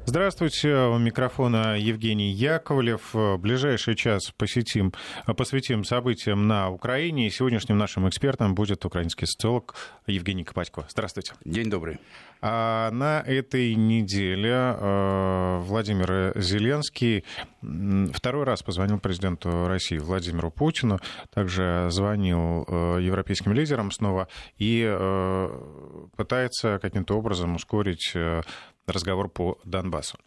Здравствуйте, у микрофона Евгений Яковлев. В ближайший час посвятим событиям на Украине. И сегодняшним нашим экспертом будет украинский социолог Евгений Копатько. Здравствуйте. День добрый. На этой неделе Владимир Зеленский второй раз позвонил президенту России Владимиру Путину, также звонил европейским лидерам снова и пытается каким-то образом ускорить разговор по Донбассу.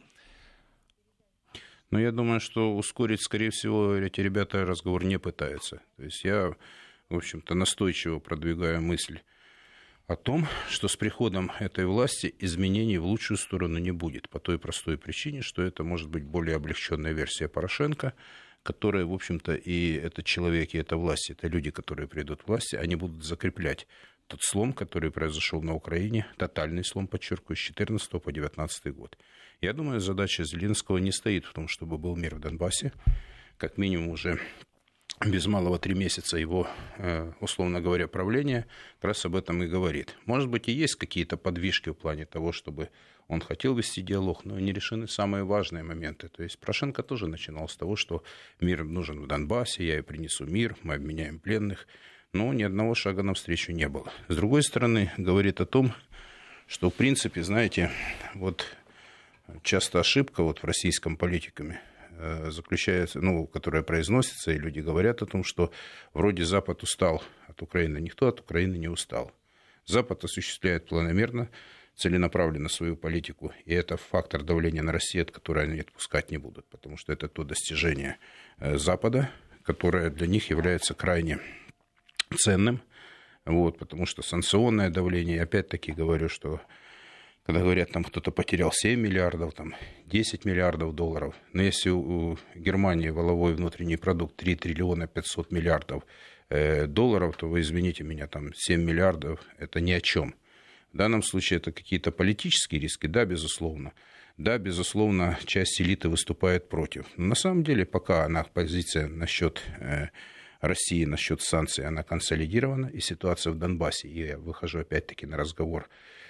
Но я думаю, что ускорить, скорее всего, эти ребята разговор не пытаются. То есть я, в общем-то, настойчиво продвигаю мысль о том, что с приходом этой власти изменений в лучшую сторону не будет. По той простой причине, что это может быть более облегченная версия Порошенко, которая, в общем-то, и этот человек, и эта власть, это люди, которые придут к власти, они будут закреплять тот слом, который произошел на Украине, тотальный слом, подчеркиваю, с 2014 по 2019 год. Я думаю, задача Зеленского не стоит в том, чтобы был мир в Донбассе. Как минимум уже без малого 3 месяца его, условно говоря, правления как раз об этом и говорит. Может быть, и есть какие-то подвижки в плане того, чтобы он хотел вести диалог, но не решены самые важные моменты. То есть Порошенко тоже начинал с того, что мир нужен в Донбассе, я и принесу мир, мы обменяем пленных. Но ни одного шага навстречу не было. С другой стороны, говорит о том, что, в принципе, знаете, вот часто ошибка вот в российском политикуме заключается, которая произносится, и люди говорят о том, что вроде Запад устал от Украины. Никто от Украины не устал. Запад осуществляет планомерно, целенаправленно свою политику, и это фактор давления на Россию, от которого они отпускать не будут, потому что это то достижение Запада, которое для них является крайне ценным, потому что санкционное давление, опять-таки говорю, что когда говорят, там кто-то потерял 7 миллиардов, там 10 миллиардов долларов, но если у Германии валовой внутренний продукт 3 триллиона 500 миллиардов долларов, то вы извините меня, там 7 миллиардов это ни о чем. В данном случае это какие-то политические риски, да, безусловно. Да, безусловно, часть элиты выступает против. Но на самом деле, пока она позиция насчет России, насчет санкций, она консолидирована, и ситуация в Донбассе, и я выхожу опять-таки на разговор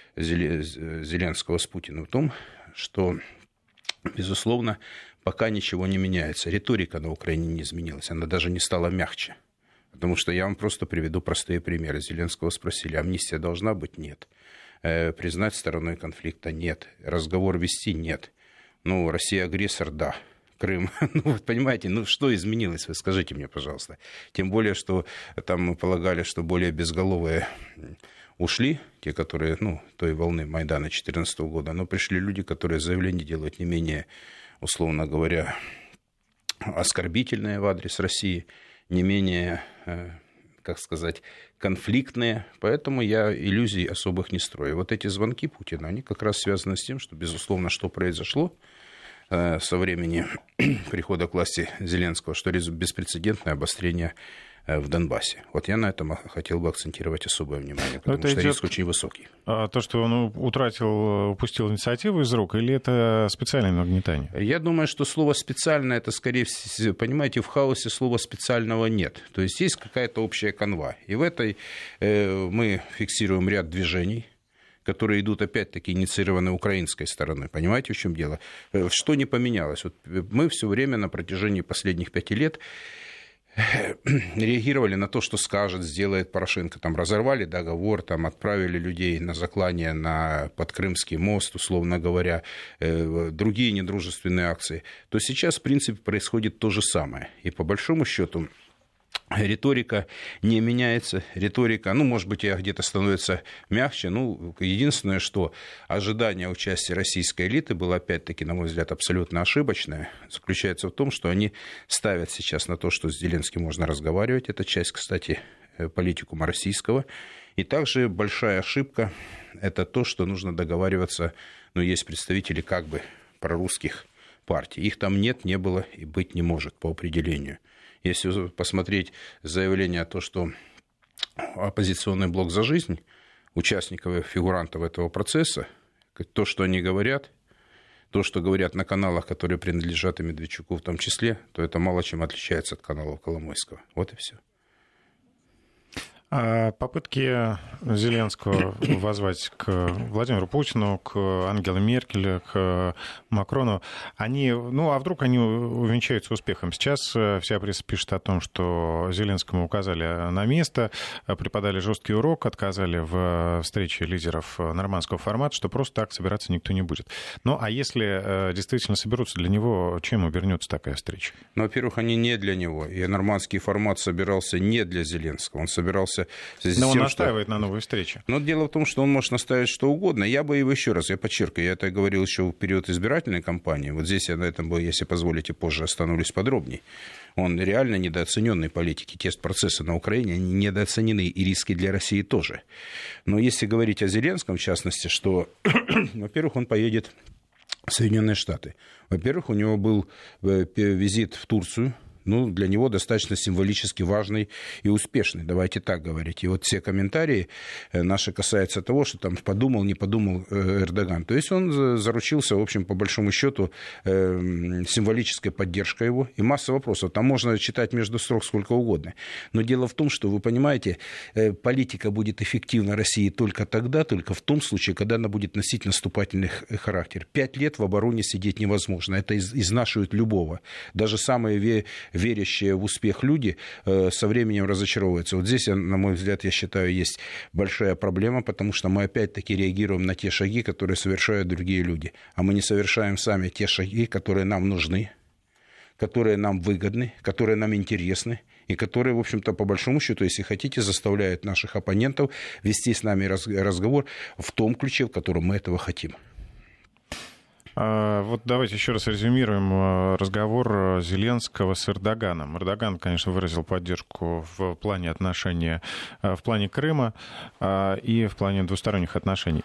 Зеленского с Путиным в том, что, безусловно, пока ничего не меняется. Риторика на Украине не изменилась, она даже не стала мягче. Потому что я вам просто приведу простые примеры. Зеленского спросили, амнистия должна быть? Нет. Признать стороной конфликта? Нет. Разговор вести? Нет. Россия агрессор? Да. Крым. Вы понимаете, что изменилось, вы скажите мне, пожалуйста. Тем более, что там мы полагали, что более безголовые ушли, те, которые, той волны Майдана 2014 года, но пришли люди, которые заявления делают не менее, условно говоря, оскорбительные в адрес России, не менее, конфликтные, поэтому я иллюзий особых не строю. Вот эти звонки Путина, они как раз связаны с тем, что, безусловно, что произошло со времени прихода к власти Зеленского, что беспрецедентное обострение в Донбассе. Вот я на этом хотел бы акцентировать особое внимание, потому что риск очень высокий. То, что он упустил инициативу из рук, или это специальное нагнетание? Я думаю, что слово «специально» это, скорее всего, понимаете, в хаосе слова «специального» нет. То есть есть какая-то общая канва. И в этой мы фиксируем ряд движений, которые идут, опять-таки, инициированы украинской стороной. Понимаете, в чем дело? Что не поменялось? Вот мы все время на протяжении последних 5 лет реагировали на то, что скажет, сделает Порошенко. Там разорвали договор, там отправили людей на заклание на Подкрымский мост, условно говоря, другие недружественные акции. То сейчас, в принципе, происходит то же самое. И по большому счету риторика не меняется, риторика, может быть, и где-то становится мягче, единственное, что ожидание участия российской элиты было, опять-таки, на мой взгляд, абсолютно ошибочное, заключается в том, что они ставят сейчас на то, что с Зеленским можно разговаривать, это часть, кстати, политикума российского, и также большая ошибка, это то, что нужно договариваться, есть представители прорусских партий, их там нет, не было и быть не может по определению. Если посмотреть заявление о том, что оппозиционный блок «За жизнь», участников и фигурантов этого процесса, то, что они говорят, то, что говорят на каналах, которые принадлежат и Медведчуку в том числе, то это мало чем отличается от каналов Коломойского. Вот и все. Попытки Зеленского воззвать к Владимиру Путину, к Ангеле Меркель, к Макрону, а вдруг они увенчаются успехом? Сейчас вся пресса пишет о том, что Зеленскому указали на место, преподали жесткий урок, отказали в встрече лидеров нормандского формата, что просто так собираться никто не будет. Ну, а если действительно соберутся, для него чем обернется такая встреча? Ну, во-первых, они не для него. И нормандский формат собирался не для Зеленского. Он собирался... Но он настаивает на новой встрече. Но дело в том, что он может настаивать что угодно. Я бы его еще раз, я подчеркиваю, я это говорил еще в период избирательной кампании. Вот здесь я на этом бы, если позволите, позже остановлюсь подробнее. Он реально недооцененный политики. Тест процесса на Украине, они недооценены, и риски для России тоже. Но если говорить о Зеленском, в частности, что, во-первых, он поедет в Соединенные Штаты. Во-первых, у него был визит в Турцию. Для него достаточно символически важный и успешный, давайте так говорить. И вот все комментарии наши касаются того, что там подумал, не подумал Эрдоган. То есть он заручился, в общем, по большому счету, символической поддержкой его и масса вопросов. Там можно читать между строк сколько угодно. Но дело в том, что, вы понимаете, политика будет эффективна России только тогда, только в том случае, когда она будет носить наступательный характер. 5 лет в обороне сидеть невозможно. Это изнашивает любого. Даже самые верящие в успех люди со временем разочаровываются. Вот здесь, на мой взгляд, я считаю, есть большая проблема, потому что мы опять-таки реагируем на те шаги, которые совершают другие люди. А мы не совершаем сами те шаги, которые нам нужны, которые нам выгодны, которые нам интересны, и которые, в общем-то, по большому счету, если хотите, заставляют наших оппонентов вести с нами разговор в том ключе, в котором мы этого хотим. Вот давайте еще раз резюмируем разговор Зеленского с Эрдоганом. Эрдоган, конечно, выразил поддержку в плане отношений, в плане Крыма и в плане двусторонних отношений.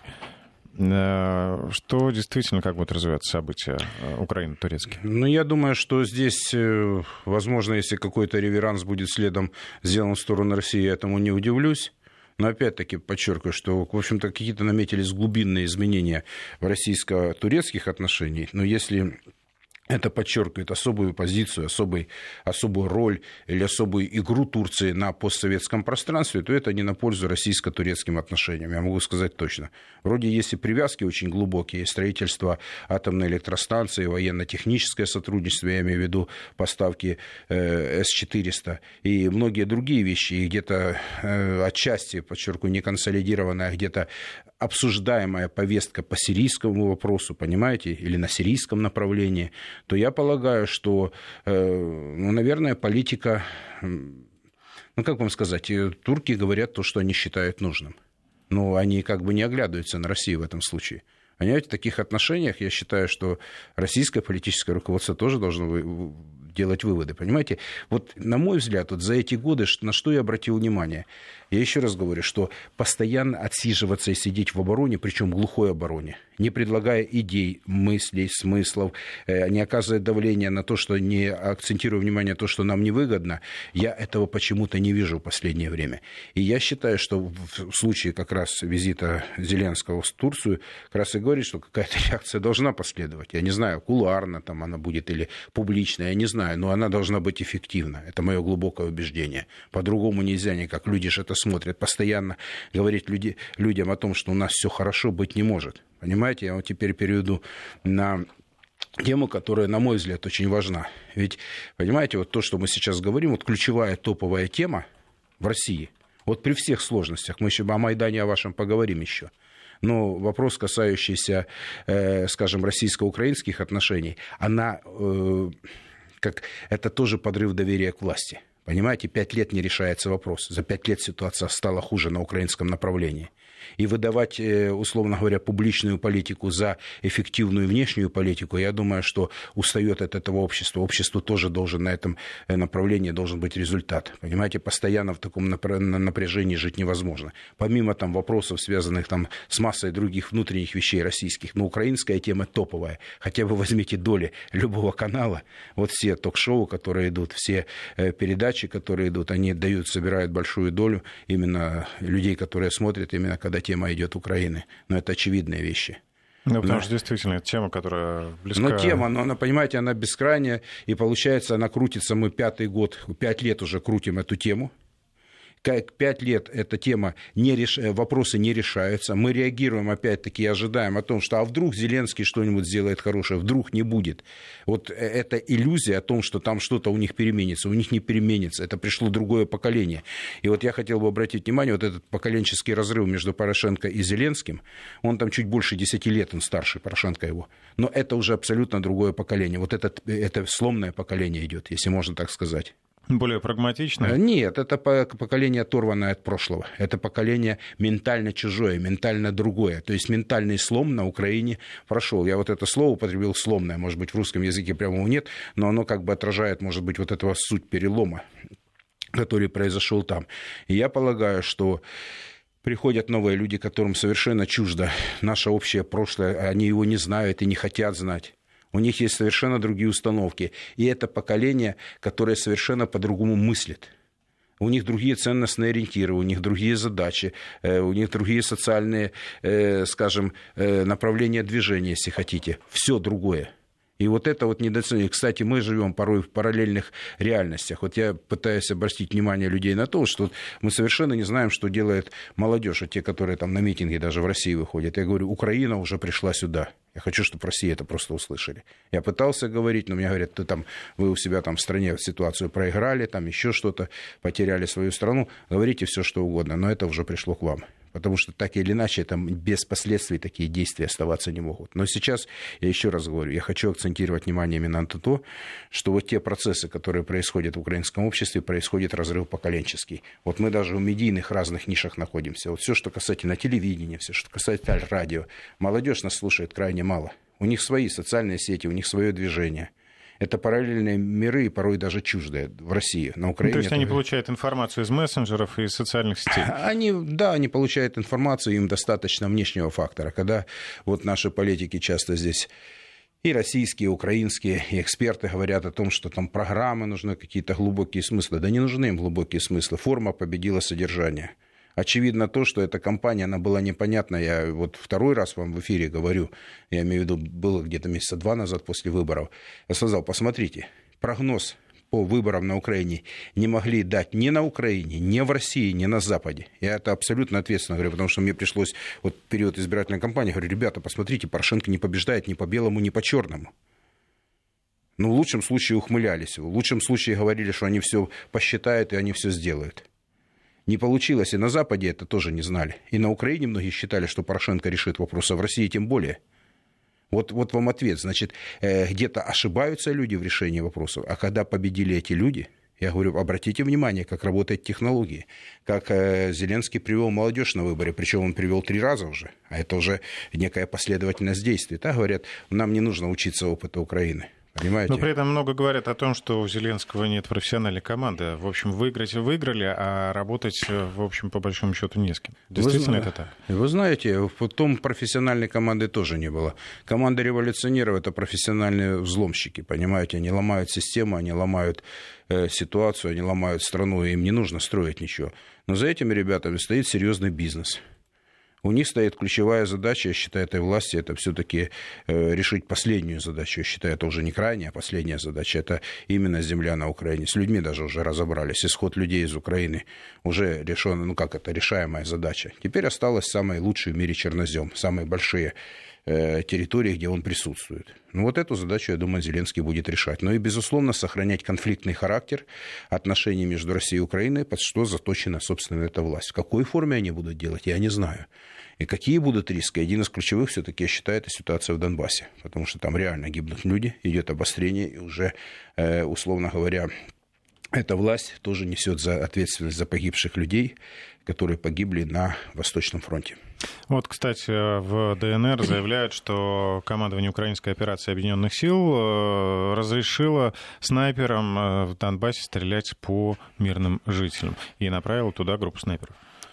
Что действительно, как будут развиваться события украино-турецкие? Я думаю, что здесь, возможно, если какой-то реверанс будет следом сделан в сторону России, я этому не удивлюсь. Но опять-таки подчеркиваю, что, в общем-то, какие-то наметились глубинные изменения в российско-турецких отношениях. Но если это подчеркивает особую позицию, особую роль или особую игру Турции на постсоветском пространстве, то это не на пользу российско-турецким отношениям, я могу сказать точно. Вроде есть и привязки очень глубокие, строительство атомной электростанции, военно-техническое сотрудничество, я имею в виду поставки С-400 и многие другие вещи, и где-то отчасти, подчеркиваю, не консолидированная, а где-то обсуждаемая повестка по сирийскому вопросу, понимаете, или на сирийском направлении, то я полагаю, что, наверное, политика, как вам сказать, турки говорят то, что они считают нужным. Но они как бы не оглядываются на Россию в этом случае. Понимаете, в таких отношениях я считаю, что российское политическое руководство тоже должно делать выводы, понимаете? Вот, на мой взгляд, вот за эти годы, на что я обратил внимание, я еще раз говорю, что постоянно отсиживаться и сидеть в обороне, причем глухой обороне, не предлагая идей, мыслей, смыслов, не оказывая давления на то, что не акцентируя внимание на то, что нам невыгодно, я этого почему-то не вижу в последнее время. И я считаю, что в случае как раз визита Зеленского в Турцию, как раз и говорит, что какая-то реакция должна последовать. Я не знаю, кулуарно там она будет или публично, я не знаю, но она должна быть эффективна. Это мое глубокое убеждение. По-другому нельзя никак. Люди же это смотрят. Постоянно говорить людям о том, что у нас все хорошо, быть не может. Понимаете, я вот теперь перейду на тему, которая, на мой взгляд, очень важна. Ведь, понимаете, вот то, что мы сейчас говорим, вот ключевая топовая тема в России, вот при всех сложностях, мы еще о Майдане, о вашем поговорим еще, но вопрос, касающийся, скажем, российско-украинских отношений, это тоже подрыв доверия к власти. Понимаете, 5 лет не решается вопрос. За 5 лет ситуация стала хуже на украинском направлении. И выдавать, условно говоря, публичную политику за эффективную внешнюю политику, я думаю, что устает от этого общество. Обществу тоже должен на этом направлении должен быть результат. Понимаете, постоянно в таком напряжении жить невозможно. Помимо там вопросов, связанных там с массой других внутренних вещей российских, но украинская тема топовая. Хотя бы возьмите доли любого канала. Вот все ток-шоу, которые идут, все передачи, которые идут, они собирают большую долю именно людей, которые смотрят, именно когда тема идет Украины. Но это очевидные вещи. Потому что действительно это тема, которая близка. Но тема, она, понимаете, она бескрайняя, и получается, она крутится, мы 5 лет уже крутим эту тему. Как 5 лет эта тема, вопросы не решаются. Мы реагируем, опять-таки, и ожидаем о том, что а вдруг Зеленский что-нибудь сделает хорошее, вдруг не будет. Вот эта иллюзия о том, что там что-то у них переменится. У них не переменится. Это пришло другое поколение. И вот я хотел бы обратить внимание, вот этот поколенческий разрыв между Порошенко и Зеленским, он там чуть больше 10 лет, он старше, Порошенко его. Но это уже абсолютно другое поколение. Вот это сломное поколение идет, если можно так сказать. Более прагматично? Нет, это поколение, оторванное от прошлого. Это поколение ментально чужое, ментально другое. То есть ментальный слом на Украине прошел. Я вот это слово употребил, сломное. Может быть, в русском языке прямо нет, но оно как бы отражает, может быть, вот этого суть перелома, который произошел там. И я полагаю, что приходят новые люди, которым совершенно чуждо наше общее прошлое. Они его не знают и не хотят знать. У них есть совершенно другие установки. И это поколение, которое совершенно по-другому мыслит. У них другие ценностные ориентиры, у них другие задачи, у них другие социальные, скажем, направления движения, если хотите. Все другое. И вот это вот недооценивание. Кстати, мы живем порой в параллельных реальностях. Вот я пытаюсь обратить внимание людей на то, что мы совершенно не знаем, что делает молодежь, те, которые там на митинги даже в России выходят. Я говорю, Украина уже пришла сюда. Я хочу, чтобы в России это просто услышали. Я пытался говорить, но мне говорят, вы у себя там в стране ситуацию проиграли, там еще что-то, потеряли свою страну. Говорите все, что угодно, но это уже пришло к вам. Потому что так или иначе, там без последствий такие действия оставаться не могут. Но сейчас, я еще раз говорю, я хочу акцентировать внимание именно на то, что вот те процессы, которые происходят в украинском обществе, происходит разрыв поколенческий. Вот мы даже в медийных разных нишах находимся. Вот все, что касательно телевидения, все, что касательно радио. Молодежь нас слушает крайне мало. У них свои социальные сети, у них свое движение. Это параллельные миры, и порой даже чуждые в России. На Украине то есть они получают информацию из мессенджеров и из социальных сетей? Они получают информацию, им достаточно внешнего фактора. Когда вот наши политики часто здесь, и российские, и украинские, и эксперты говорят о том, что там программы нужны, какие-то глубокие смыслы. Да не нужны им глубокие смыслы. Форма победила содержание. Очевидно то, что эта кампания, она была непонятна. Я вот второй раз вам в эфире говорю, я имею в виду, было где-то месяца 2 назад после выборов. Я сказал, посмотрите, прогноз по выборам на Украине не могли дать ни на Украине, ни в России, ни на Западе. Я это абсолютно ответственно говорю, потому что мне пришлось вот в период избирательной кампании, говорю, ребята, посмотрите, Порошенко не побеждает ни по белому, ни по черному. Ну, в лучшем случае ухмылялись, в лучшем случае говорили, что они все посчитают и они все сделают. Не получилось, и на Западе это тоже не знали. И на Украине многие считали, что Порошенко решит вопрос, а в России тем более. Вот вам ответ. Значит, где-то ошибаются люди в решении вопросов, а когда победили эти люди, я говорю, обратите внимание, как работают технологии, как Зеленский привел молодежь на выборы, причем он привел 3 раза уже, а это уже некая последовательность действий. Так говорят, нам не нужно учиться опыту Украины. Понимаете? Но при этом много говорят о том, что у Зеленского нет профессиональной команды. В общем, выиграть выиграли, а работать, в общем, по большому счету не с кем. Действительно это так? Вы знаете, потом профессиональной команды тоже не было. Команда революционеров — это профессиональные взломщики, понимаете? Они ломают систему, они ломают ситуацию, они ломают страну, им не нужно строить ничего. Но за этими ребятами стоит серьезный бизнес. У них стоит ключевая задача, я считаю, этой власти, это все-таки решить последнюю задачу. Я считаю, это уже не крайняя, а последняя задача. Это именно земля на Украине. С людьми даже уже разобрались. Исход людей из Украины уже решен, решаемая задача. Теперь осталось самый лучший в мире чернозем, самые большие территории, где он присутствует. Вот эту задачу, я думаю, Зеленский будет решать. Но и, безусловно, сохранять конфликтный характер отношений между Россией и Украиной, под что заточена, собственно, эта власть. В какой форме они будут делать, я не знаю. И какие будут риски? Один из ключевых, все-таки, я считаю, это ситуация в Донбассе. Потому что там реально гибнут люди, идет обострение, и уже, условно говоря, эта власть тоже несет ответственность за погибших людей, которые погибли на Восточном фронте. Вот, кстати, в ДНР заявляют, что командование украинской операции Объединенных сил разрешило снайперам в Донбассе стрелять по мирным жителям и направило туда группу снайперов.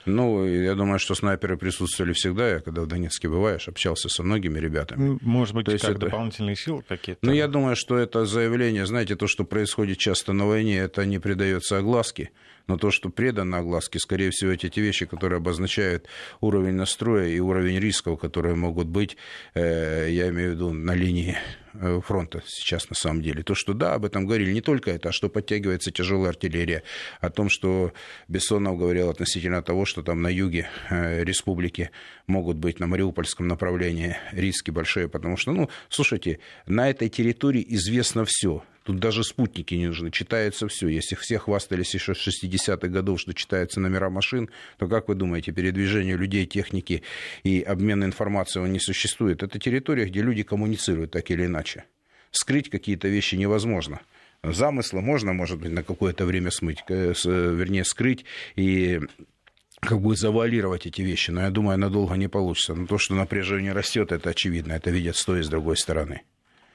Я думаю, что снайперы присутствовали всегда. Я, когда в Донецке бываешь, общался со многими ребятами. Может быть, как дополнительные силы какие-то? Я думаю, что это заявление, знаете, то, что происходит часто на войне, это не придается огласке. Но то, что предано огласке, скорее всего, эти те вещи, которые обозначают уровень настроя и уровень рисков, которые могут быть, я имею в виду, на линии фронта сейчас на самом деле. То, что да, об этом говорили не только это, а что подтягивается тяжелая артиллерия, о том, что Бессонов говорил относительно того, что там на юге республики могут быть на Мариупольском направлении риски большие, потому что, слушайте, на этой территории известно все. Тут даже спутники не нужны, читается все. Если все хвастались еще с 60-х годов, что читаются номера машин, то, как вы думаете, передвижение людей, техники и обмен информацией не существует? Это территория, где люди коммуницируют так или иначе. Скрыть какие-то вещи невозможно. Замыслы можно, может быть, на какое-то время скрыть и завуалировать эти вещи. Но я думаю, надолго не получится. Но то, что напряжение растет, это очевидно. Это видят с той и с другой стороны.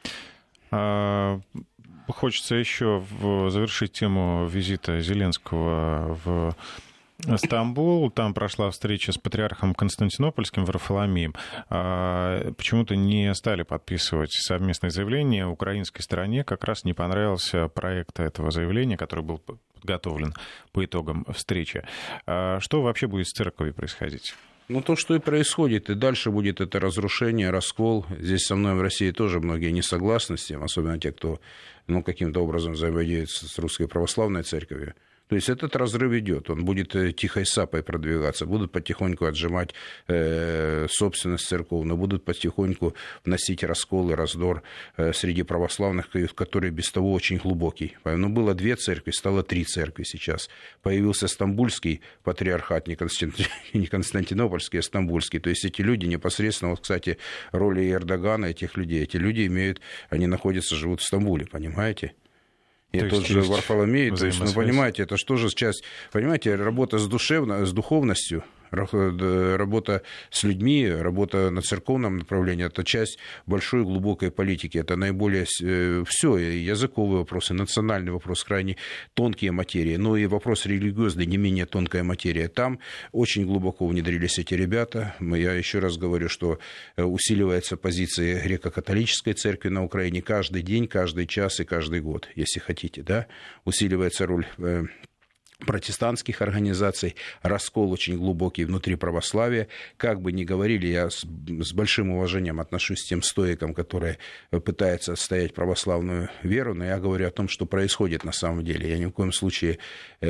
Хочется еще завершить тему визита Зеленского в Стамбул. Там прошла встреча с патриархом Константинопольским Варфоломеем. Почему-то не стали подписывать совместное заявление. Украинской стороне как раз не понравился проект этого заявления, который был подготовлен по итогам встречи. Что вообще будет с церковью происходить? То, что и происходит, и дальше будет это разрушение, раскол. Здесь со мной в России тоже многие не согласны с тем, особенно те, кто каким-то образом взаимодействует с Русской Православной Церковью. То есть этот разрыв идет, он будет тихой сапой продвигаться, будут потихоньку отжимать собственность церковную, будут потихоньку вносить раскол и раздор среди православных, который без того очень глубокий. Было 2 церкви, стало 3 церкви сейчас. Появился Стамбульский патриархат, не Константинопольский, а Стамбульский. То есть эти люди непосредственно, кстати, роли Эрдогана, этих людей, эти люди они живут в Стамбуле, понимаете? И тот же Варфоломей, то есть, понимаете, это что же часть, понимаете, работа с духовностью, работа с людьми, работа на церковном направлении, это часть большой глубокой политики, это наиболее все, и языковые вопросы, национальный вопрос, крайне тонкие материи, но и вопрос религиозный, не менее тонкая материя. Там очень глубоко внедрились эти ребята. Я еще раз говорю, что усиливается позиция греко-католической церкви на Украине каждый день, каждый час и каждый год, если хотите, да, усиливается роль протестантских организаций, раскол очень глубокий внутри православия. Как бы ни говорили, я с большим уважением отношусь к тем стоикам, которые пытаются отстоять православную веру, но я говорю о том, что происходит на самом деле. Я ни в коем случае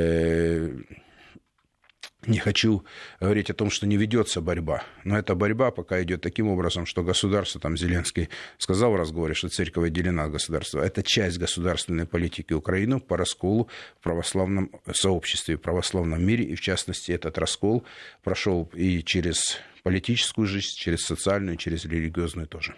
не хочу говорить о том, что не ведется борьба. Но эта борьба пока идет таким образом, что государство, Зеленский сказал в разговоре, что церковь отделена от государства. Это часть государственной политики Украины по расколу в православном сообществе, в православном мире. И в частности, этот раскол прошел и через политическую жизнь, через социальную, через религиозную тоже.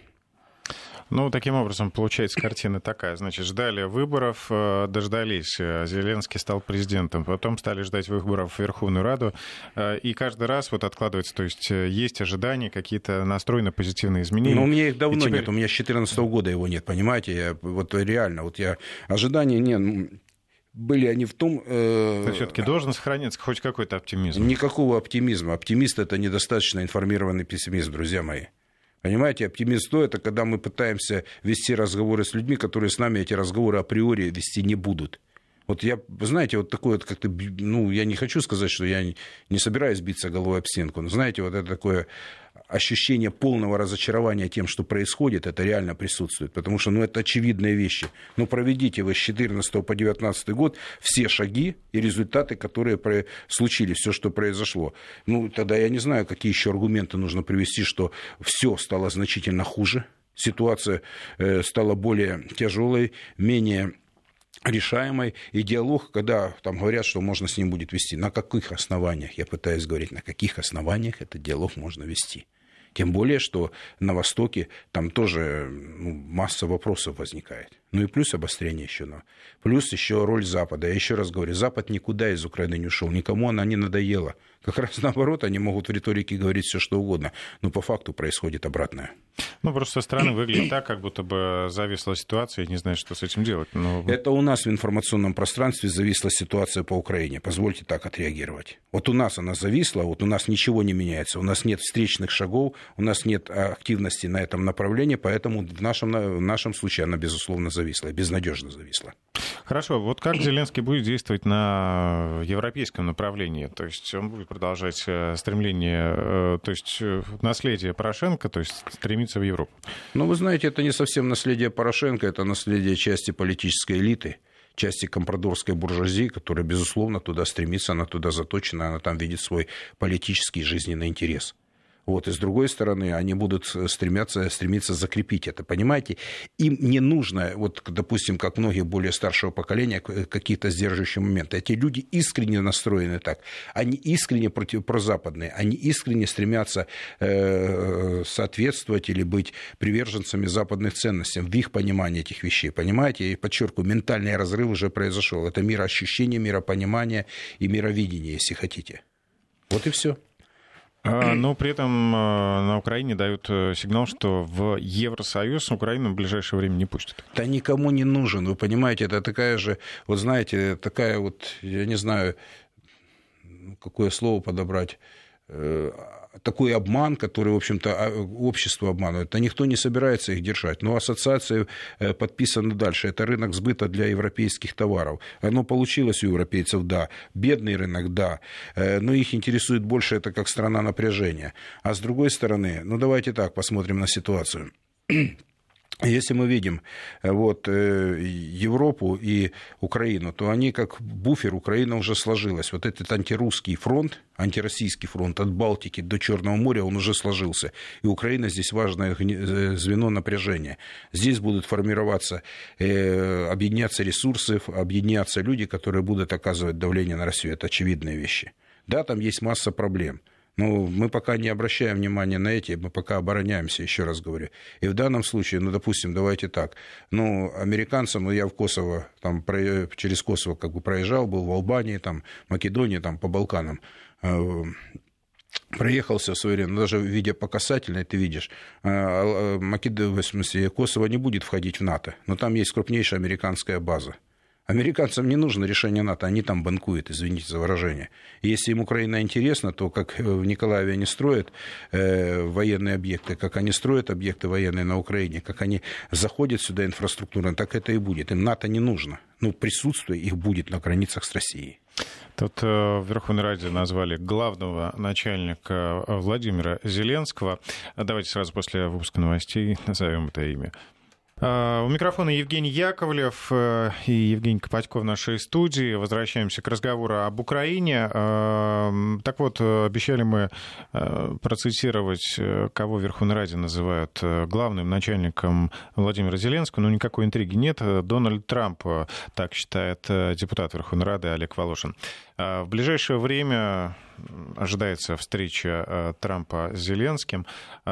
Таким образом, получается картина такая. Значит, ждали выборов, дождались. Зеленский стал президентом. Потом стали ждать выборов в Верховную Раду. И каждый раз откладывается. То есть ожидания, какие-то настроены позитивные изменения. У меня их давно нет. У меня с 2014 года его нет, понимаете? Реально, ожидания нет. Были они в том... Но все-таки должен сохраняться хоть какой-то оптимизм. Никакого оптимизма. Оптимист — это недостаточно информированный пессимист, друзья мои. Понимаете, оптимист — это когда мы пытаемся вести разговоры с людьми, которые с нами эти разговоры априори вести не будут. Знаете, такое как-то, я не хочу сказать, что я не собираюсь биться головой об стенку, но, знаете, это такое ощущение полного разочарования тем, что происходит, это реально присутствует, потому что, это очевидные вещи. Проведите вы с 2014 по 2019 год все шаги и результаты, которые случились, все, что произошло. Тогда я не знаю, какие еще аргументы нужно привести, что все стало значительно хуже, ситуация стала более тяжелой, менее решаемой, и диалог, когда говорят, что можно с ним будет вести. На каких основаниях, я пытаюсь говорить, на каких основаниях этот диалог можно вести? Тем более, что на Востоке там тоже масса вопросов возникает. И плюс обострение еще. Плюс еще роль Запада. Я еще раз говорю, Запад никуда из Украины не ушел, никому она не надоела. Как раз наоборот, они могут в риторике говорить все, что угодно, но по факту происходит обратное. Просто со стороны выглядит так, как будто бы зависла ситуация, и не знаю, что с этим делать. Это у нас в информационном пространстве зависла ситуация по Украине. Позвольте так отреагировать. У нас она зависла, у нас ничего не меняется, у нас нет встречных шагов, у нас нет активности на этом направлении, поэтому в нашем случае она, безусловно, зависла, безнадежно зависла. Хорошо, вот как Зеленский будет действовать на европейском направлении? То есть он будет продолжать стремление, то есть наследие Порошенко, то есть стремиться в Европу? Ну, вы знаете, это не совсем наследие Порошенко, это наследие части политической элиты, части компрадорской буржуазии, которая, безусловно, туда стремится, она туда заточена, она там видит свой политический жизненный интерес. Вот, и с другой стороны, они будут стремиться закрепить это, понимаете? Им не нужно, вот, допустим, как многие более старшего поколения, какие-то сдерживающие моменты. Эти люди искренне настроены так, они искренне прозападные, они искренне стремятся соответствовать или быть приверженцами западных ценностей в их понимании этих вещей, понимаете? И подчеркиваю, ментальный разрыв уже произошел. Это мироощущение, миропонимание и мировидение, если хотите. Вот и все. Но при этом на Украине дают сигнал, что в Евросоюз Украину в ближайшее время не пустят. Да никому не нужен, вы понимаете, это такая же, вот знаете, такая вот, я не знаю, какое слово подобрать, такой обман, который, в общем-то, общество обманывает. Да никто не собирается их держать. Но ассоциация подписана дальше. Это рынок сбыта для европейских товаров. Оно получилось у европейцев, да. Бедный рынок, да. Но их интересует больше это как страна напряжения. А с другой стороны, ну давайте так посмотрим на ситуацию. Если мы видим вот, Европу и Украину, то они как буфер, Украина уже сложилась. Вот этот антирусский фронт, антироссийский фронт от Балтики до Черного моря, он уже сложился. И Украина здесь важное звено напряжения. Здесь будут формироваться, объединяться ресурсы, объединяться люди, которые будут оказывать давление на Россию. Это очевидные вещи. Да, там есть масса проблем. Но мы пока не обращаем внимания на эти, мы пока обороняемся, еще раз говорю. И в данном случае, ну, допустим, давайте так, ну, американцам, я в Косово, там, через Косово как бы проезжал, был в Албании, там, Македонии, там, по Балканам, проехался в свое время, даже видя по касательной, ты видишь, в смысле, Косово не будет входить в НАТО, но там есть крупнейшая американская база. Американцам не нужно решение НАТО, они там банкуют, извините за выражение. И если им Украина интересна, то как в Николаеве они строят военные объекты, как они строят объекты военные на Украине, как они заходят сюда инфраструктурно, так это и будет. Им НАТО не нужно. Ну, присутствие их будет на границах с Россией. Тут в Верховной Раде назвали главного начальника Владимира Зеленского. Давайте сразу после выпуска новостей назовем это имя. У микрофона Евгений Яковлев и Евгений Копатько в нашей студии. Возвращаемся к разговору об Украине. Так вот, обещали мы процитировать, кого в Верховной Раде называют главным начальником Владимира Зеленского, но никакой интриги нет. Дональд Трамп, так считает депутат Верховной Рады Олег Волошин. В ближайшее время ожидается встреча Трампа с Зеленским.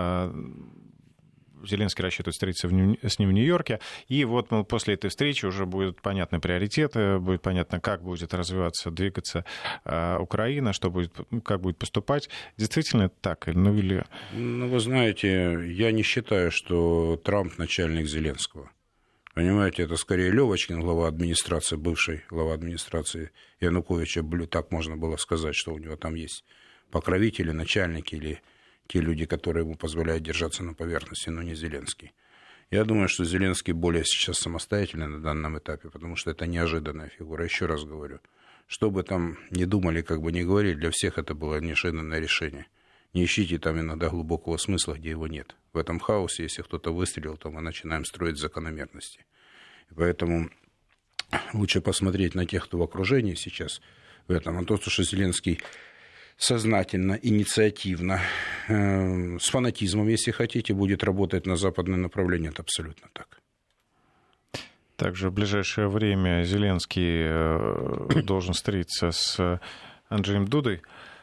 Зеленский рассчитывает встретиться с ним в Нью-Йорке. И вот после этой встречи уже будут понятны приоритеты, будет понятно, как будет развиваться, двигаться Украина, как будет поступать. Действительно это так? Ну, вы знаете, я не считаю, что Трамп начальник Зеленского. Понимаете, это скорее Левочкин, глава администрации, бывший глава администрации Януковича, так можно было сказать, что у него там есть покровители, начальники или те люди, которые ему позволяют держаться на поверхности, но не Зеленский. Я думаю, что Зеленский более сейчас самостоятельный на данном этапе, потому что это неожиданная фигура. Еще раз говорю, что бы там ни думали, как бы ни говорили, для всех это было неожиданное решение. Не ищите там иногда глубокого смысла, где его нет. В этом хаосе, если кто-то выстрелил, то мы начинаем строить закономерности. И поэтому лучше посмотреть на тех, кто в окружении сейчас в этом. А то, что Зеленский сознательно, инициативно, с фанатизмом, если хотите, будет работать на западное направление. Это абсолютно так. Также в ближайшее время Зеленский должен встретиться с Анджеем Дудой,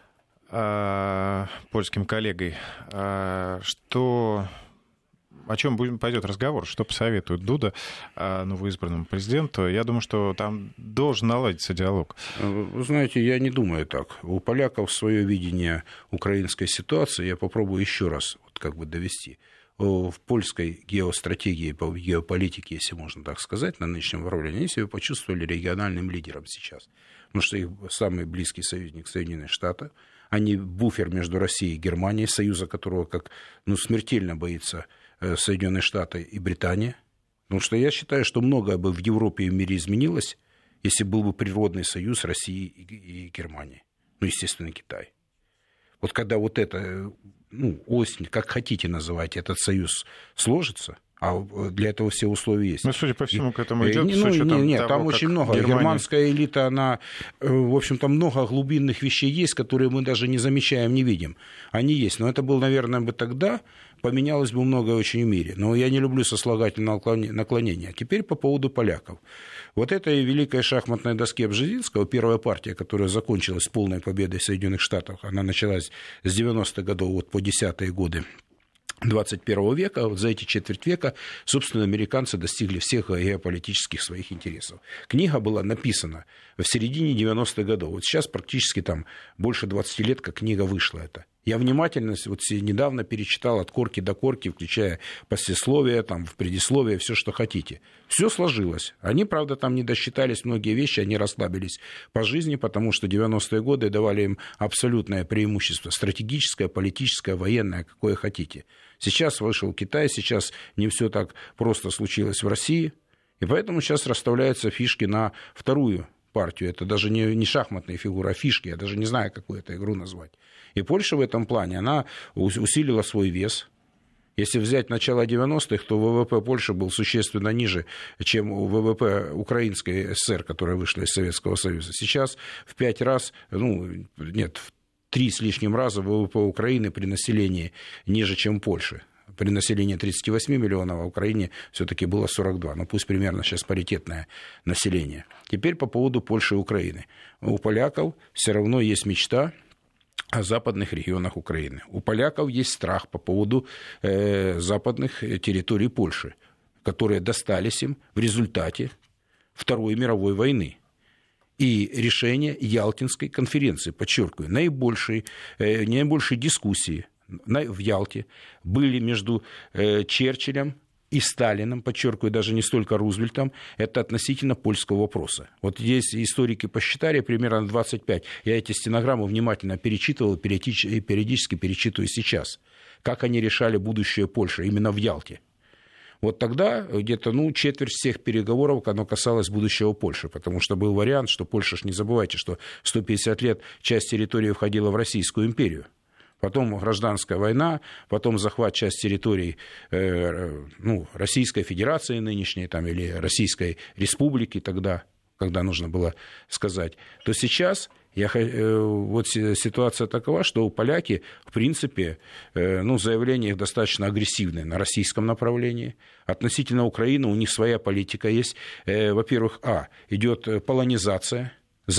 польским коллегой. О чем пойдет разговор? Что посоветует Дуда новоизбранному президенту? Я думаю, что там должен наладиться диалог. Вы знаете, я не думаю так. У поляков свое видение украинской ситуации. Я попробую еще раз довести. В польской геостратегии, по геополитике, если можно так сказать, на нынешнем уровне, они себя почувствовали региональным лидером сейчас. Потому что их самый близкий союзник Соединенные Штаты. Они буфер между Россией и Германией, союза которого смертельно боится Соединенные Штаты и Британия. Потому что я считаю, что многое бы в Европе и в мире изменилось, если был бы природный союз России и Германии. Ну, естественно, Китай. Вот когда вот это, осень, как хотите называть, этот союз сложится, а для этого все условия есть. Ну, судя по всему, к этому идет. Нет, там очень много. Германская элита, она, в общем-то, много глубинных вещей есть, которые мы даже не замечаем, не видим. Они есть. Но это было, наверное, бы тогда, поменялось бы многое очень в мире. Но я не люблю сослагательное наклонение. А теперь по поводу поляков. Вот этой великой шахматной доске Бжезинского, первая партия, которая закончилась полной победой в Соединенных Штатах, она началась с 90-х годов вот по 10-е годы 21 века, вот за эти четверть века, собственно, американцы достигли всех геополитических своих интересов. Книга была написана в середине 90-х годов. Вот сейчас практически там больше 20 лет, как книга вышла эта. Я внимательно вот недавно перечитал от корки до корки, включая послесловие, там, в предисловие, все, что хотите. Все сложилось. Они, правда, там не досчитались многие вещи, они расслабились по жизни, потому что 90-е годы давали им абсолютное преимущество. Стратегическое, политическое, военное, какое хотите. Сейчас вышел Китай, сейчас не все так просто случилось в России. И поэтому сейчас расставляются фишки на вторую партию. Это даже не шахматные фигуры, а фишки. Я даже не знаю, какую эту игру назвать. И Польша в этом плане, она усилила свой вес. Если взять начало 90-х, то ВВП Польши был существенно ниже, чем ВВП Украинской ССР, которая вышла из Советского Союза. Сейчас в 5 раз, в 3 с лишним раза ВВП Украины при населении ниже, чем Польши. При населении 38 миллионов, а в Украине все-таки было 42. Но пусть примерно сейчас паритетное население. Теперь по поводу Польши и Украины. У поляков все равно есть мечта о западных регионах Украины. У поляков есть страх по поводу западных территорий Польши, которые достались им в результате Второй мировой войны. И решение Ялтинской конференции, подчеркиваю, наибольшие дискуссии в Ялте были между Черчиллем и Сталиным, подчеркиваю, даже не столько Рузвельтом, это относительно польского вопроса. Вот здесь историки посчитали примерно 25. Я эти стенограммы внимательно перечитывал и периодически перечитываю сейчас. Как они решали будущее Польши именно в Ялте. Вот тогда где-то четверть всех переговоров оно касалось будущего Польши, потому что был вариант, что Польша, не забывайте, что 150 лет часть территории входила в Российскую империю. Потом гражданская война, потом захват части территорий Российской Федерации нынешней там, или Российской Республики тогда, когда нужно было сказать, то сейчас вот ситуация такова, что поляки, в принципе, заявления их достаточно агрессивные на российском направлении. Относительно Украины у них своя политика есть. Во-первых, идет полонизация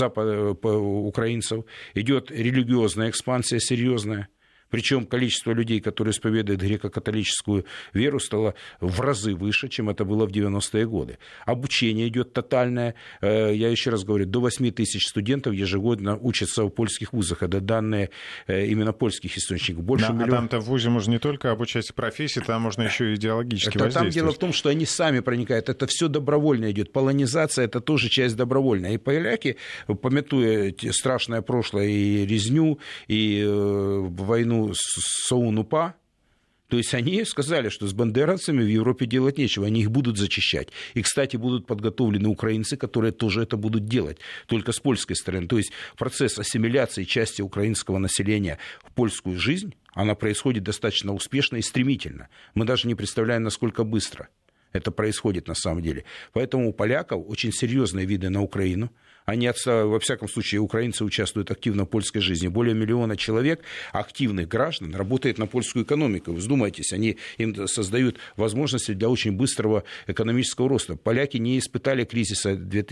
украинцев, идет религиозная экспансия серьезная. Причем количество людей, которые исповедуют греко-католическую веру, стало в разы выше, чем это было в 90-е годы. Обучение идет тотальное. Я еще раз говорю, до 8 тысяч студентов ежегодно учатся в польских вузах. Это данные именно польских источников. Там-то в вузе можно не только обучать профессии, там можно еще и идеологически воздействовать. Там дело в том, что они сами проникают. Это все добровольно идет. Полонизация – это тоже часть добровольная. И поляки, памятуя страшное прошлое и резню, и войну с ОУН-УПА, то есть они сказали, что с бандеровцами в Европе делать нечего, они их будут зачищать. И, кстати, будут подготовлены украинцы, которые тоже это будут делать, только с польской стороны. То есть процесс ассимиляции части украинского населения в польскую жизнь, она происходит достаточно успешно и стремительно. Мы даже не представляем, насколько быстро это происходит на самом деле. Поэтому у поляков очень серьезные виды на Украину. Они, во всяком случае, украинцы участвуют активно в польской жизни. Более 1 миллиона человек, активных граждан, работает на польскую экономику. Вы вдумайтесь, им создают возможности для очень быстрого экономического роста. Поляки не испытали кризиса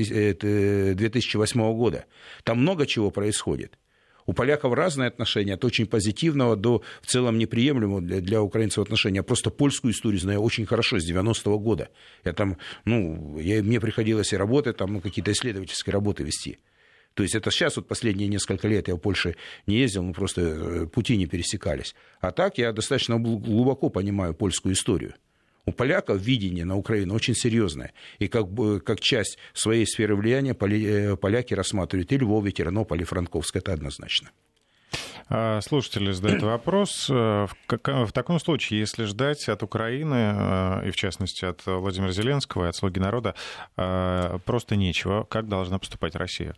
2008 года. Там много чего происходит. У поляков разные отношения, от очень позитивного до в целом неприемлемого для украинцев отношения. Я просто польскую историю знаю очень хорошо, с 90-го года. Мне приходилось и работать, какие-то исследовательские работы вести. То есть это сейчас, последние несколько лет я в Польше не ездил, просто пути не пересекались. А так я достаточно глубоко понимаю польскую историю. У поляков видение на Украину очень серьезное. И как часть своей сферы влияния поляки рассматривают и Львов, и Тернопіль, и Франковск. Это однозначно. Слушатели задают вопрос. В таком случае, если ждать от Украины, и в частности от Владимира Зеленского и от «Слуги народа», просто нечего, как должна поступать Россия?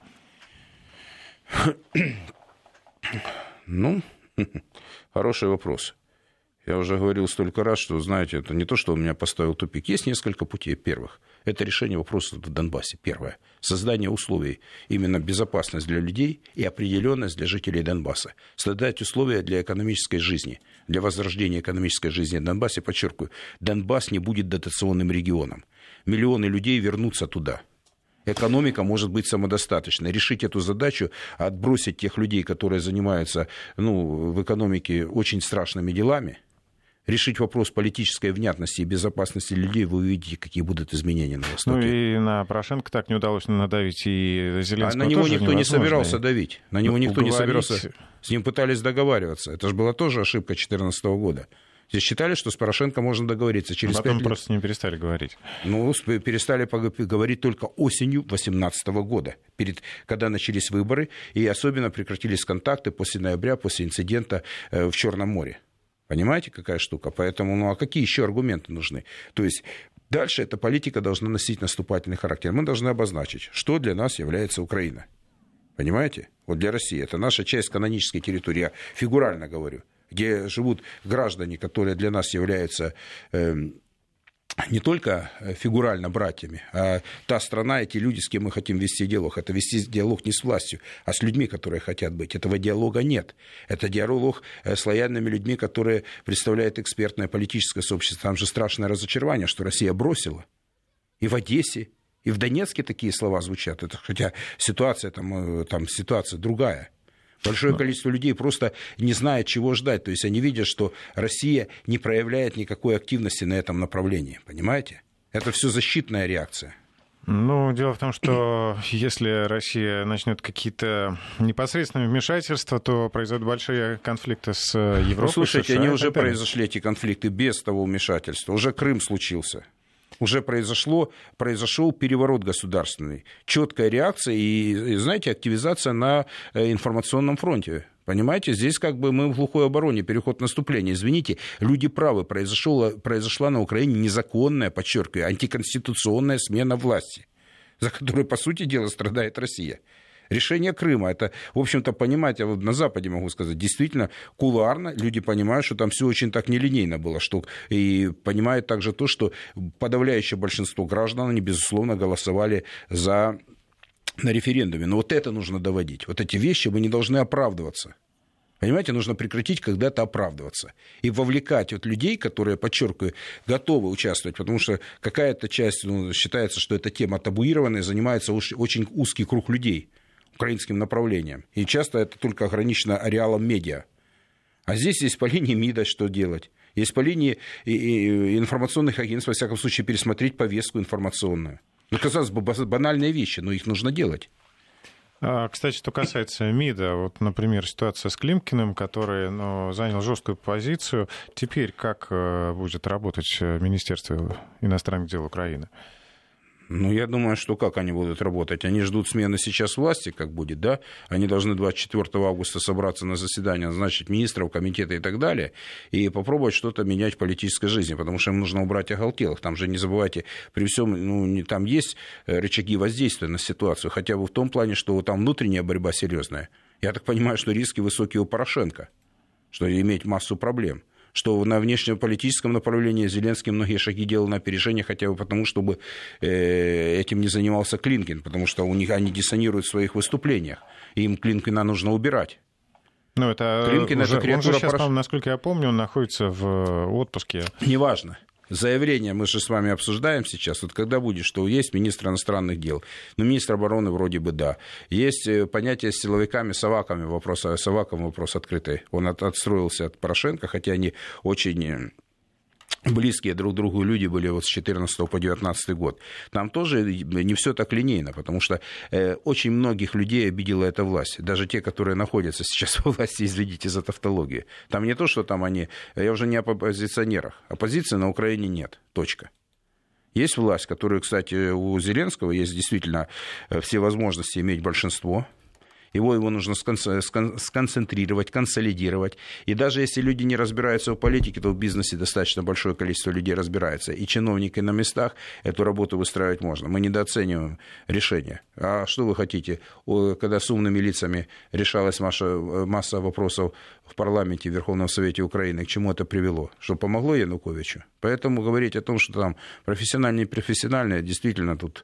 Ну, хороший вопрос. Я уже говорил столько раз, что, знаете, это не то, что он меня поставил в тупик. Есть несколько путей. Первых. Это решение вопроса в Донбассе. Первое. Создание условий, именно безопасность для людей и определенность для жителей Донбасса. Создать условия для экономической жизни, для возрождения экономической жизни в Донбассе. Подчеркиваю, Донбасс не будет дотационным регионом. Миллионы людей вернутся туда. Экономика может быть самодостаточной. Решить эту задачу, отбросить тех людей, которые занимаются в экономике очень страшными делами, решить вопрос политической внятности и безопасности людей, вы увидите, какие будут изменения на Востоке. Ну и на Порошенко так не удалось надавить, и Зеленского на него тоже никто не собирался и... давить. На него никто не собирался. С ним пытались договариваться. Это же была тоже ошибка 2014 года. Здесь считали, что с Порошенко можно договориться через 5 лет. Потом просто с ним перестали говорить. Перестали говорить только осенью 2018 года, когда начались выборы, и особенно прекратились контакты после ноября, после инцидента в Черном море. Понимаете, какая штука? Поэтому, а какие еще аргументы нужны? То есть дальше эта политика должна носить наступательный характер. Мы должны обозначить, что для нас является Украина. Понимаете? Вот для России. Это наша часть канонической территории. Я фигурально говорю. Где живут граждане, которые для нас являются не только фигурально братьями, а та страна, эти люди, с кем мы хотим вести диалог. Это вести диалог не с властью, а с людьми, которые хотят быть. Этого диалога нет. Это диалог с лояльными людьми, которые представляют экспертное политическое сообщество. Там же страшное разочарование, что Россия бросила. И в Одессе, и в Донецке такие слова звучат. Хотя ситуация там ситуация другая. Большое количество людей просто не знает, чего ждать. То есть они видят, что Россия не проявляет никакой активности на этом направлении. Понимаете? Это все защитная реакция. Дело в том, что если Россия начнет какие-то непосредственные вмешательства, то произойдут большие конфликты с Европой. Слушайте, США, они уже произошли, эти конфликты, без того вмешательства. Уже Крым случился. Уже произошел переворот государственный. Четкая реакция и, знаете, активизация на информационном фронте. Понимаете, здесь мы в глухой обороне, переход наступления. Извините, люди правы, произошла на Украине незаконная, подчеркиваю, антиконституционная смена власти, за которой, по сути дела, страдает Россия. Решение Крыма, это, в общем-то, понимаете, я на Западе могу сказать, действительно, кулуарно люди понимают, что там все очень так нелинейно было, и понимают также то, что подавляющее большинство граждан, они, безусловно, голосовали на референдуме. Но вот это нужно доводить. Вот эти вещи мы не должны оправдываться. Понимаете, нужно прекратить когда-то оправдываться и вовлекать людей, которые, подчеркиваю, готовы участвовать, потому что какая-то часть, считается, что эта тема табуированная, занимается очень узкий круг людей украинским направлением. И часто это только ограничено ареалом медиа. А здесь есть по линии МИДа что делать. Есть по линии информационных агентств, во всяком случае, пересмотреть повестку информационную. Казалось бы, банальные вещи, но их нужно делать. Кстати, что касается МИДа, вот, например, ситуация с Климкиным, который занял жесткую позицию. Теперь как будет работать Министерство иностранных дел Украины? Я думаю, что как они будут работать? Они ждут смены сейчас власти, как будет, да? Они должны 24 августа собраться на заседание, назначить министров, комитета и так далее, и попробовать что-то менять в политической жизни, потому что им нужно убрать оголтелых. Там же, не забывайте, при всем, там есть рычаги воздействия на ситуацию, хотя бы в том плане, что там внутренняя борьба серьезная. Я так понимаю, что риски высокие у Порошенко, что иметь массу проблем. Что на внешнеполитическом направлении Зеленский многие шаги делал на опережение, хотя бы потому, чтобы этим не занимался Климкин, потому что они диссонируют в своих выступлениях, и им Климкина нужно убирать. Климкин это креатура Порошенко. Насколько я помню, он находится в отпуске. Неважно. Заявление мы же с вами обсуждаем сейчас. Вот когда будет, что есть министр иностранных дел, министр обороны вроде бы да. Есть понятие с силовиками, с Аваковым вопрос открытый. Он отстроился от Порошенко, хотя они очень близкие друг другу люди были вот с 14 по 19 год. Там тоже не все так линейно, потому что очень многих людей обидела эта власть. Даже те, которые находятся сейчас во власти, извините за тавтологию. Там не то, что там они... Я уже не о оппозиционерах. Оппозиции на Украине нет. Точка. Есть власть, которая, кстати, у Зеленского есть действительно все возможности иметь большинство. Его нужно сконцентрировать, консолидировать. И даже если люди не разбираются в политике, то в бизнесе достаточно большое количество людей разбирается. И чиновники на местах эту работу выстраивать можно. Мы недооцениваем решения. А что вы хотите? Когда с умными лицами решалась масса вопросов в парламенте, в Верховном Совете Украины, к чему это привело? Что помогло Януковичу? Поэтому говорить о том, что там профессиональные и профессиональные, действительно тут...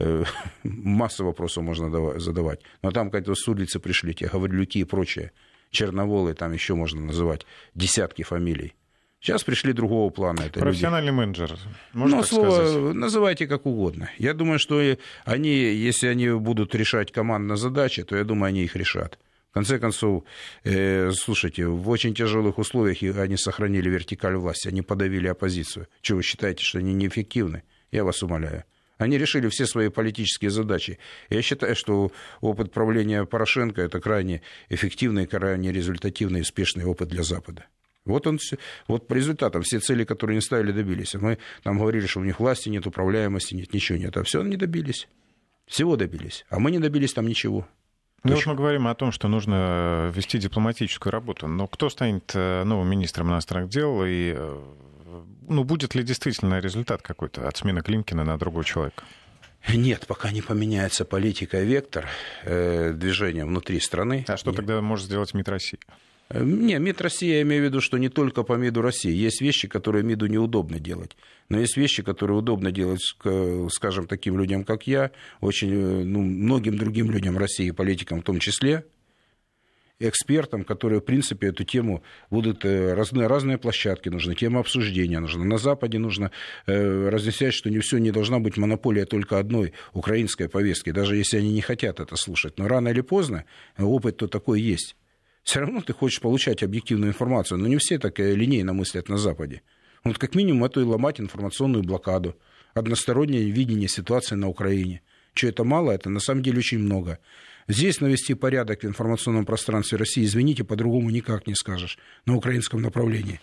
Массу вопросов можно задавать. Но там как-то с улицы пришли те Гаврилюки и прочее, Черноволы, там еще можно называть десятки фамилий. Сейчас пришли другого плана. Это профессиональный люди. Менеджер, можно так сказать? Называйте как угодно. Я думаю, что они, если они будут решать командные задачи, то я думаю, они их решат. В конце концов, слушайте, в очень тяжелых условиях они сохранили вертикаль власти, они подавили оппозицию. Что, вы считаете, что они неэффективны? Я вас умоляю. Они решили все свои политические задачи. Я считаю, что опыт правления Порошенко – это крайне эффективный, крайне результативный и успешный опыт для Запада. Вот по результатам все цели, которые они ставили, добились. Мы там говорили, что у них власти нет, управляемости нет, ничего нет. А все они добились. Всего добились. А мы не добились там ничего. Ну, вот мы говорим о том, что нужно вести дипломатическую работу. Но кто станет новым министром иностранных дел и... будет ли действительно результат какой-то от смены Климкина на другого человека? Нет, пока не поменяется политика и вектор движения внутри страны. А что тогда может сделать МИД России? Не, МИД России, я имею в виду, что не только по МИДу России. Есть вещи, которые МИДу неудобно делать. Но есть вещи, которые удобно делать, скажем, таким людям, как я, очень многим другим людям в России, политикам в том числе, экспертам, которые, в принципе, эту тему будут... Разные площадки нужны, тема обсуждения нужна. На Западе нужно разъяснять, что не должна быть монополия только одной украинской повестки, даже если они не хотят это слушать. Но рано или поздно опыт-то такой есть. Все равно ты хочешь получать объективную информацию, но не все так линейно мыслят на Западе. Вот как минимум это и ломать информационную блокаду, одностороннее видение ситуации на Украине. Что это мало, это на самом деле очень много. Здесь навести порядок в информационном пространстве России, извините, по-другому никак не скажешь, на украинском направлении.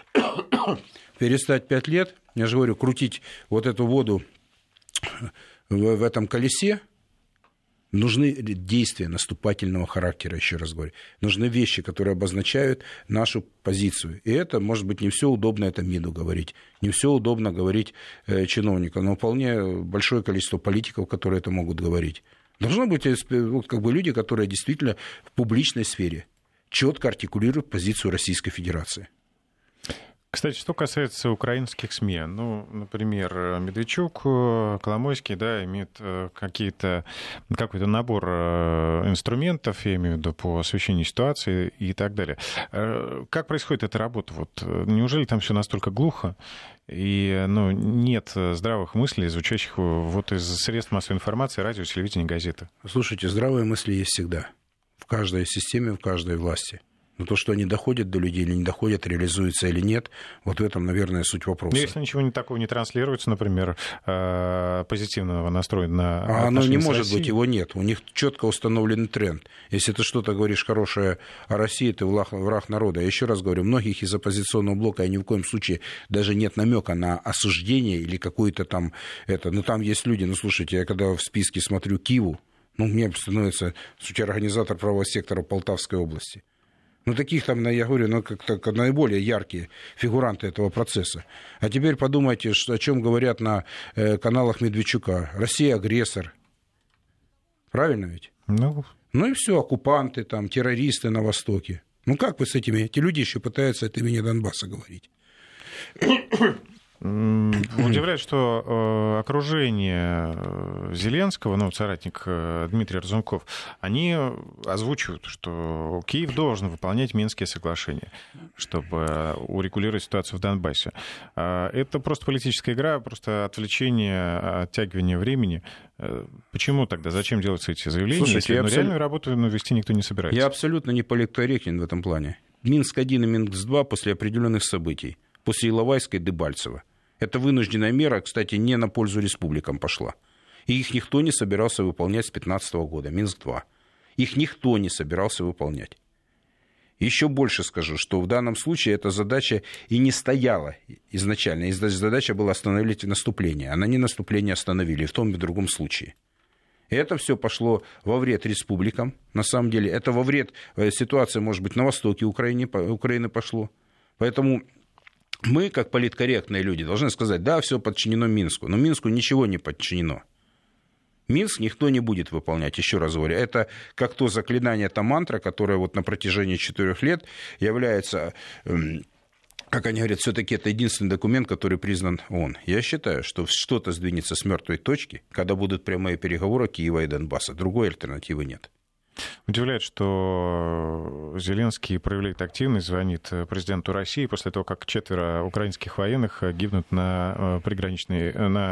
Перестать 5 лет, я же говорю, крутить вот эту воду в этом колесе, нужны действия наступательного характера, еще раз говорю. Нужны вещи, которые обозначают нашу позицию. И это, может быть, не все удобно это МИДу говорить, не все удобно говорить чиновникам, но вполне большое количество политиков, которые это могут говорить. Должны быть люди, которые действительно в публичной сфере четко артикулируют позицию Российской Федерации. Кстати, что касается украинских СМИ, например, Медведчук, Коломойский, имеют какой-то набор инструментов, я имею в виду, по освещению ситуации и так далее. Как происходит эта работа? Неужели там все настолько глухо? И нет здравых мыслей, звучащих из средств массовой информации, радио, телевидения, газеты? Слушайте, здравые мысли есть всегда. В каждой системе, в каждой власти. Но то, что они доходят до людей или не доходят, реализуется или нет, вот в этом, наверное, суть вопроса. Если ничего такого не транслируется, например, позитивного настроя на отношения с Россией... Оно не может быть, его нет. У них четко установлен тренд. Если ты что-то говоришь хорошее о России, ты враг народа. Я еще раз говорю, многих из оппозиционного блока ни в коем случае даже нет намека на осуждение или какое-то там... там есть люди, слушайте, я когда в списке смотрю Киеву, мне становится организатор правого сектора Полтавской области. Таких там, я говорю, как наиболее яркие фигуранты этого процесса. А теперь подумайте, о чем говорят на каналах Медведчука. Россия агрессор. Правильно ведь? И все, оккупанты, террористы на Востоке. Как вы с этими? Эти люди еще пытаются от имени Донбасса говорить. Удивляет, что окружение Зеленского, соратник Дмитрий Разумков, они озвучивают, что Киев должен выполнять Минские соглашения, чтобы урегулировать ситуацию в Донбассе. Это просто политическая игра, просто отвлечение, оттягивание времени. Почему тогда? Зачем делаются эти заявления? Слушайте, если реальную работу вести никто не собирается? Я абсолютно не политкорректен в этом плане. Минск-1 и Минск-2 после определенных событий. После Иловайска и Дебальцева. Это вынужденная мера, кстати, не на пользу республикам пошла. И их никто не собирался выполнять с 2015 года, Минск-2. Их никто не собирался выполнять. Еще больше скажу, что в данном случае эта задача и не стояла изначально. И задача была остановить наступление. Она не наступление остановили, и в том и в другом случае. И это все пошло во вред республикам, на самом деле. Это во вред ситуации, может быть, на востоке Украины пошло. Поэтому мы, как политкорректные люди, должны сказать, да, все подчинено Минску. Но Минску ничего не подчинено. Минск никто не будет выполнять, еще раз говорю. Это как то заклинание, та мантра, которая вот на протяжении 4 лет является... Как они говорят, все-таки это единственный документ, который признан ООН. Я считаю, что что-то сдвинется с мертвой точки, когда будут прямые переговоры Киева и Донбасса. Другой альтернативы нет. Удивляет, что Зеленский проявляет активность, звонит президенту России после того, как 4 украинских военных гибнут на приграничной...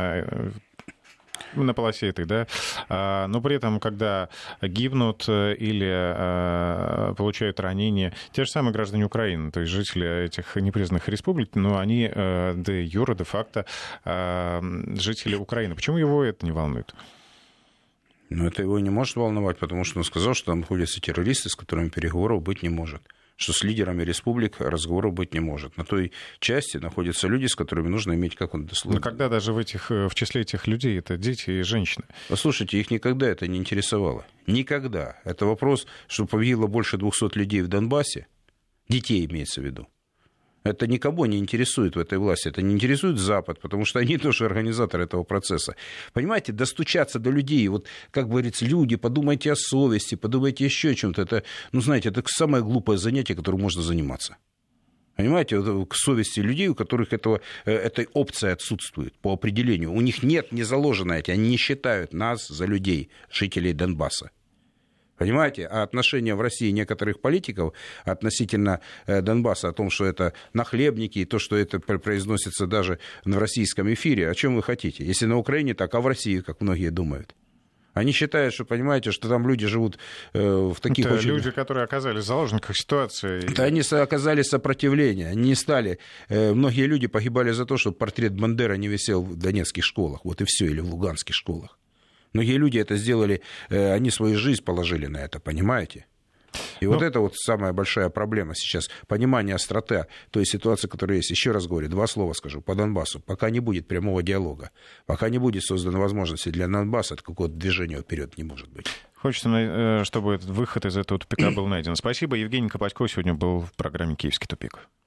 на полосе этой, да, но при этом, когда гибнут или получают ранения те же самые граждане Украины, то есть жители этих непризнанных республик, но они де юре, де факто жители Украины. Почему его это не волнует? Но это его не может волновать, потому что он сказал, что там находятся террористы, с которыми переговоров быть не может. Что с лидерами республик разговоров быть не может. На той части находятся люди, с которыми нужно иметь, как он дословно. Но когда даже в числе этих людей это дети и женщины? Послушайте, их никогда это не интересовало. Никогда. Это вопрос, что погибло больше 200 людей в Донбассе, детей имеется в виду. Это никого не интересует в этой власти. Это не интересует Запад, потому что они тоже организаторы этого процесса. Понимаете, достучаться до людей, вот, как говорится, люди, подумайте о совести, подумайте еще о чем-то. Это, ну, знаете, это самое глупое занятие, которым можно заниматься. Понимаете, вот, к совести людей, у которых этой опции отсутствует по определению. У них нет, не заложено эти, они не считают нас за людей, жителей Донбасса. Понимаете, а отношение в России некоторых политиков относительно Донбасса, о том, что это нахлебники, и то, что это произносится даже в российском эфире, о чем вы хотите? Если на Украине так, а в России, как многие думают? Они считают, что, понимаете, что там люди живут в таких это очень... люди, которые оказались в заложниках ситуации. Да, они оказали сопротивление, они не стали... Многие люди погибали за то, чтобы портрет Бандеры не висел в донецких школах, вот и все, или в луганских школах. Многие люди это сделали, они свою жизнь положили на это, понимаете? И вот это вот самая большая проблема сейчас. Понимание остроты той ситуации, которая есть. Еще раз говорю, 2 слова скажу по Донбассу. Пока не будет прямого диалога, пока не будет создана возможности для Донбасса, какого-то движения вперед не может быть. Хочется, чтобы выход из этого тупика был найден. Спасибо. Евгений Копатько сегодня был в программе «Киевский тупик».